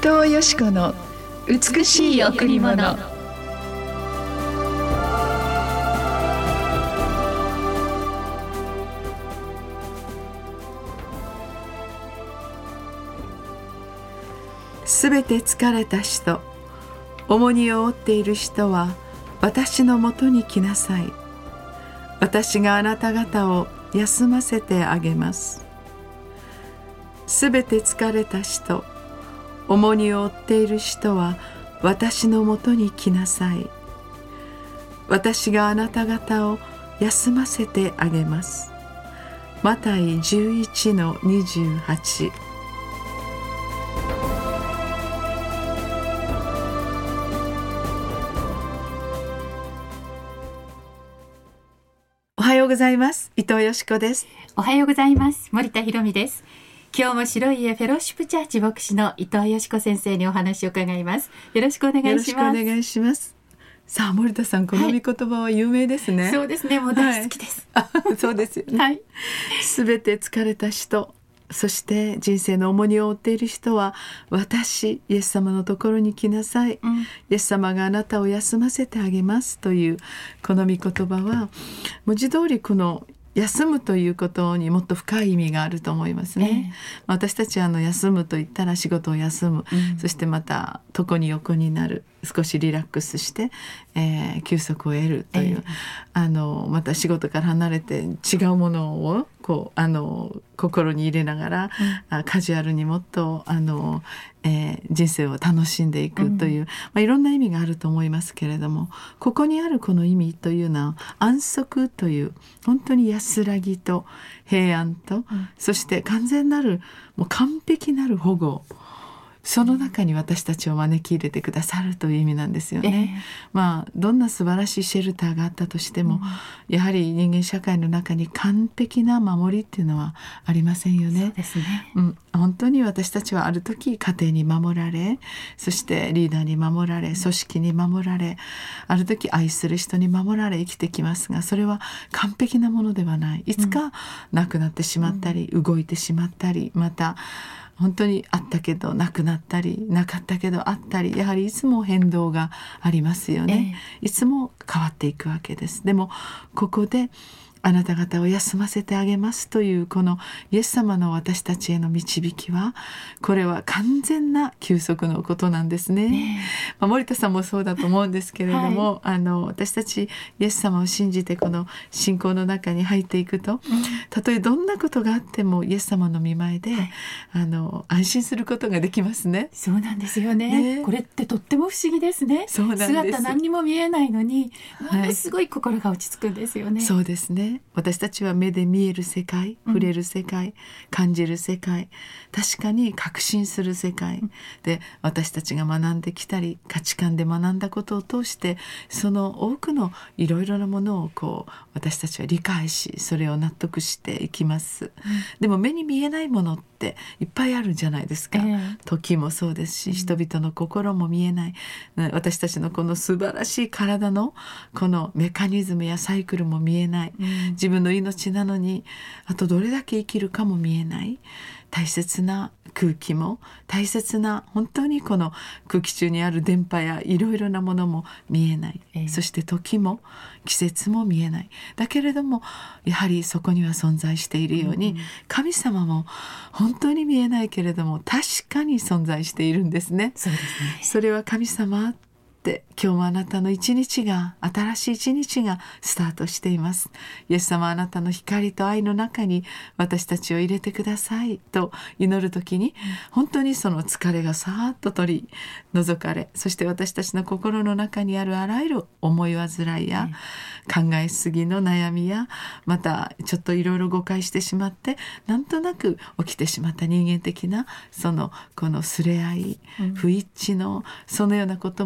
藤よし子の美しい贈り物。すべて疲れた人、重荷を負っている人は私のもとに来なさい。私があなた方を休ませてあげます。すべて疲れた人、重荷を負っている人は私のもとに来なさい。私があなた方を休ませてあげます。マタイ 11-28。おはようございます。伊藤よし子です。 おはようございます。森田ひろみです。今日も白い家フェローシップチャーチ牧師の伊藤よし子先生にお話を伺います。よろしくお願いします。 よろしくお願いします。さあ森田さん、この御言葉は有名ですね。 そうですね、もう大好きです。 そうですよね。 はい。 すべて疲れた人、そして人生の重荷を負っている人は私イエス様のところに来なさい、イエス様があなたを休ませてあげますというこの御言葉は文字通りこの休むということにもっと深い意味があると思いますね。私たちは休むと言ったら仕事を休む、そしてまた床に横になる、少しリラックスして、休息を得るという、また仕事から離れて違うものを心に入れながら、カジュアルにもっと人生を楽しんでいくという、いろんな意味があると思いますけれども、ここにあるこの意味というのは安息という本当に安らぎと平安と、そして完全なるもう完璧なる保護、その中に私たちを招き入れてくださるという意味なんですよね。どんな素晴らしいシェルターがあったとしても、やはり人間社会の中に完璧な守りっていうのはありませんよね。 そうですね。 本当に私たちはある時家庭に守られ、そしてリーダーに守られ、組織に守られ、ある時愛する人に守られ生きてきますが、それは完璧なものではない。いつかなくなってしまったり、動いてしまったり、また本当にあったけどなくなったり、なかったけどあったり、やはりいつも変動がありますよね。いつも変わっていくわけです。でもここであなた方を休ませてあげますというこのイエス様の私たちへの導きは、これは完全な休息のことなんですね。森田さんもそうだと思うんですけれども、私たちイエス様を信じてこの信仰の中に入っていくと、たとえどんなことがあってもイエス様の御前で、安心することができますね。 そうなんですよね。これってとっても不思議ですね。 そうなんです。 姿何にも見えないのに、ものすごい心が落ち着くんですよね。 そうですね。私たちは目で見える世界、触れる世界、感じる世界、確かに確信する世界で、私たちが学んできたり価値観で学んだことを通して、その多くのいろいろなものを私たちは理解し、それを納得していきます。でも目に見えないものっていっぱいあるじゃないですか。時もそうですし、人々の心も見えない、私たちのこの素晴らしい体のこのメカニズムやサイクルも見えない、自分の命なのにあとどれだけ生きるかも見えない、大切な空気も大切な本当にこの空気中にある電波やいろいろなものも見えない、そして時も季節も見えない。だけれどもやはりそこには存在しているように、神様も本当に見えないけれども確かに存在しているんですね。 そうですね。 それは神様って今日もあなたの一日が、新しい一日がスタートしています。イエス様、あなたの光と愛の中に私たちを入れてくださいと祈るときに、本当にその疲れがさーっと取り除かれ、そして私たちの心の中にあるあらゆる思い煩いや、考えすぎの悩みや、またちょっといろいろ誤解してしまってなんとなく起きてしまった人間的なこのすれ合い、不一致のそのようなことも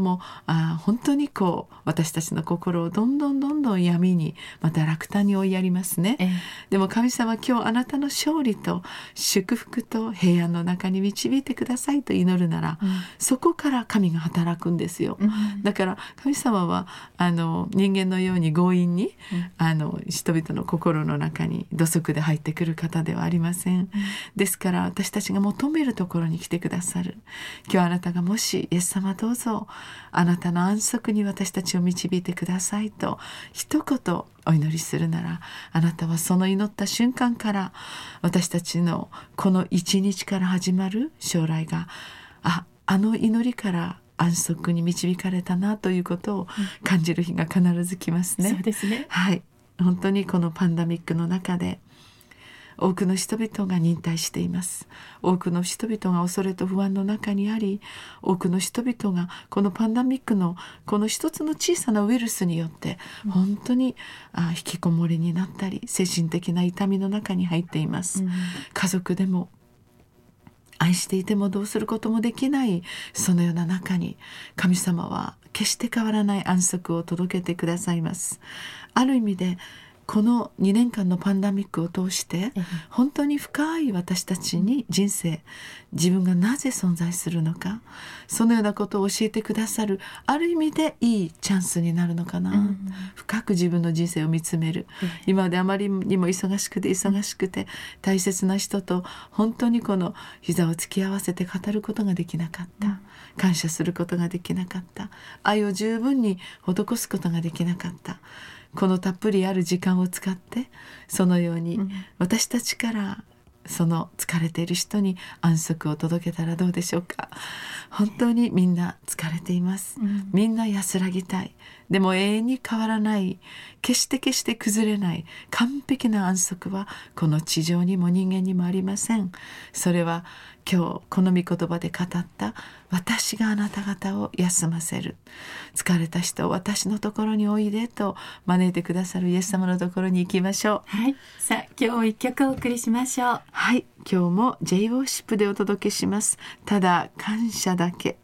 本当に私たちの心をどんどん闇にまた落胆に追いやりますね。でも神様、今日あなたの勝利と祝福と平安の中に導いてくださいと祈るなら、そこから神が働くんですよ。だから神様は人間のように強引に、人々の心の中に土足で入ってくる方ではありません。ですから私たちが求めるところに来てくださる。今日あなたがもしイエス様どうぞあなたの安息に私たちを導いてくださいと一言お祈りするなら、あなたはその祈った瞬間から私たちのこの一日から始まる将来があの祈りから安息に導かれたなということを感じる日が必ず来ますね。 そうですね。 はい、本当にこのパンデミックの中で多くの人々が忍耐しています。多くの人々が恐れと不安の中にあり、多くの人々がこのパンデミックのこの一つの小さなウイルスによって本当に引きこもりになったり精神的な痛みの中に入っています。家族でも愛していてもどうすることもできないそのような中に、神様は決して変わらない安息を届けてくださいます。ある意味でこの2年間のパンデミックを通して本当に深い私たちに人生、自分がなぜ存在するのか、そのようなことを教えてくださる、ある意味でいいチャンスになるのかな、深く自分の人生を見つめる。今まであまりにも忙しくて大切な人と本当にこの膝を突き合わせて語ることができなかった、感謝することができなかった、愛を十分に施すことができなかった。このたっぷりある時間を使ってそのように私たちからその疲れている人に安息を届けたらどうでしょうか。本当にみんな疲れています。みんな安らぎたい。でも永遠に変わらない、決して崩れない完璧な安息はこの地上にも人間にもありません。それは今日この御言葉で語った私があなた方を休ませる、疲れた人を私のところにおいでと招いてくださるイエス様のところに行きましょう。 はい、さあ今日も一曲お送りしましょう。 はい、今日も J ウォーシップでお届けします。ただ感謝だけ。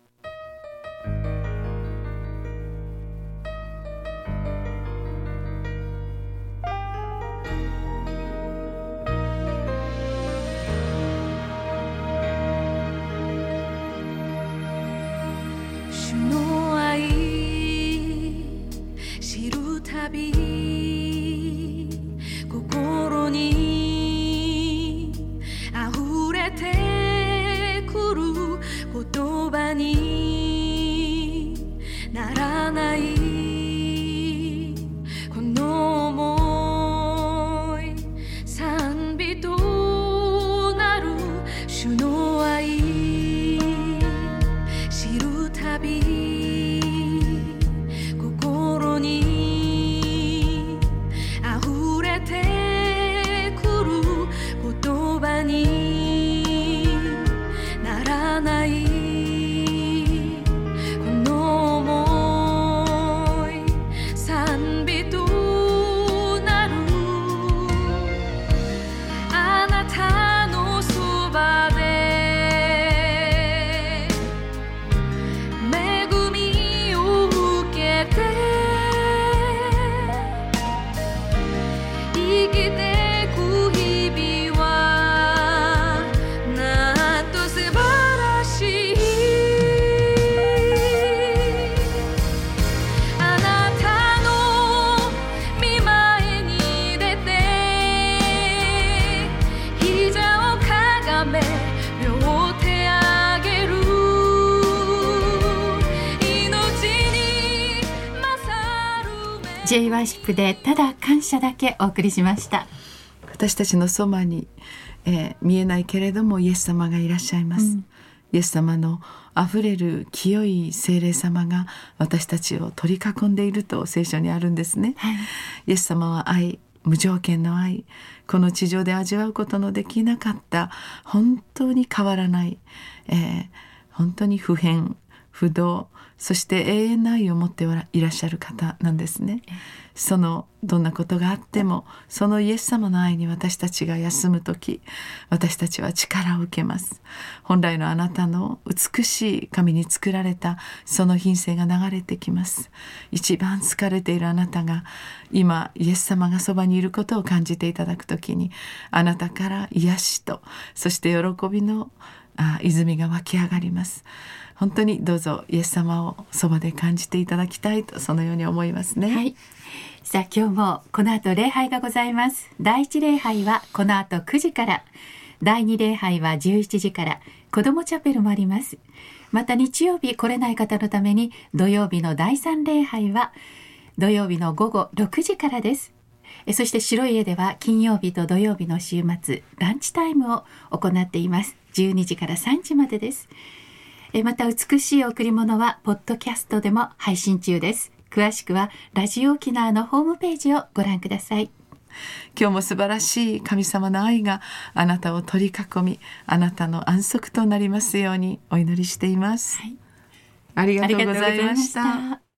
主の愛知るたび心に溢れてくる言葉にならないこの想い、賛美となる主の愛知るたび心に溢れてくる言葉にならないこの想い、賛美となるあなたのそばで恵みを受けて生きてく日々はなんと素晴らしい。あなたの御前に出て膝をかがめ両手あげる、 J ワーシップでただ感謝だけお送りしました。 私たちのそばに、見えないけれどもイエス様がいらっしゃいます。イエス様のあふれる清い聖霊様が私たちを取り囲んでいると聖書にあるんですね。イエス様は愛、無条件の愛、この地上で味わうことのできなかった本当に変わらない、本当に不変不動、そして永遠の愛を持っていらっしゃる方なんですね。どんなことがあっても、そのイエス様の愛に私たちが休むとき、私たちは力を受けます。本来のあなたの美しい神に作られたその品性が流れてきます。一番疲れているあなたが今イエス様がそばにいることを感じていただくときに、あなたから癒しと、そして喜びの泉が湧き上がります。本当にどうぞイエス様をそばで感じていただきたいと、そのように思いますね。 はい。さあ今日もこの後礼拝がございます。第一礼拝はこの後9時から、第二礼拝は11時から、子どもチャペルもあります。また日曜日来れない方のために、土曜日の第三礼拝は土曜日の午後6時からです。そして白い家では金曜日と土曜日の週末ランチタイムを行っています。12時から3時までです。また美しい贈り物はポッドキャストでも配信中です。詳しくはラジオ沖縄のホームページをご覧ください。 今日も素晴らしい神様の愛があなたを取り囲み、あなたの安息となりますようにお祈りしています。はい、ありがとうございました。